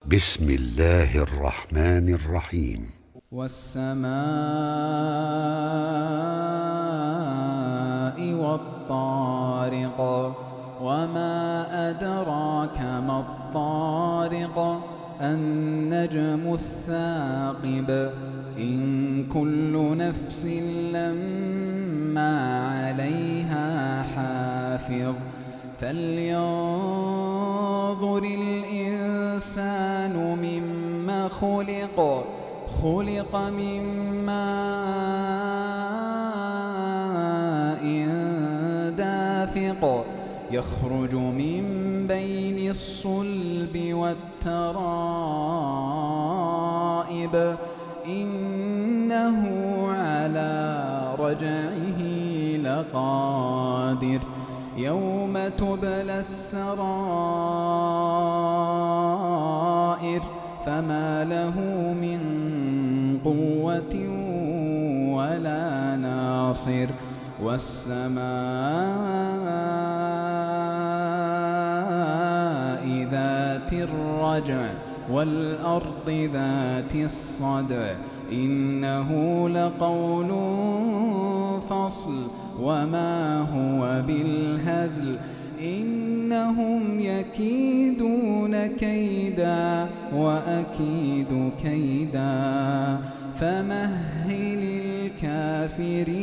بسم الله الرحمن الرحيم. والسماء والطارق، وما أدراك ما الطارق، النجم الثاقب، إن كل نفس لما عليها حافظ، فلينظر الإنسان مما خلق، خلق من ماء دافق، يخرج من بين الصلب والترائب، إنه على رجعه لقادر، يوم تبلى السرائر، فما له من قوة ولا ناصر، والسماء ذات الرجع، والأرض ذات الصدع، إنه لقول فصل، وما هو بالهزل، إنهم يكيدون كيدا وأكيد كيدا، فمهل الكافرين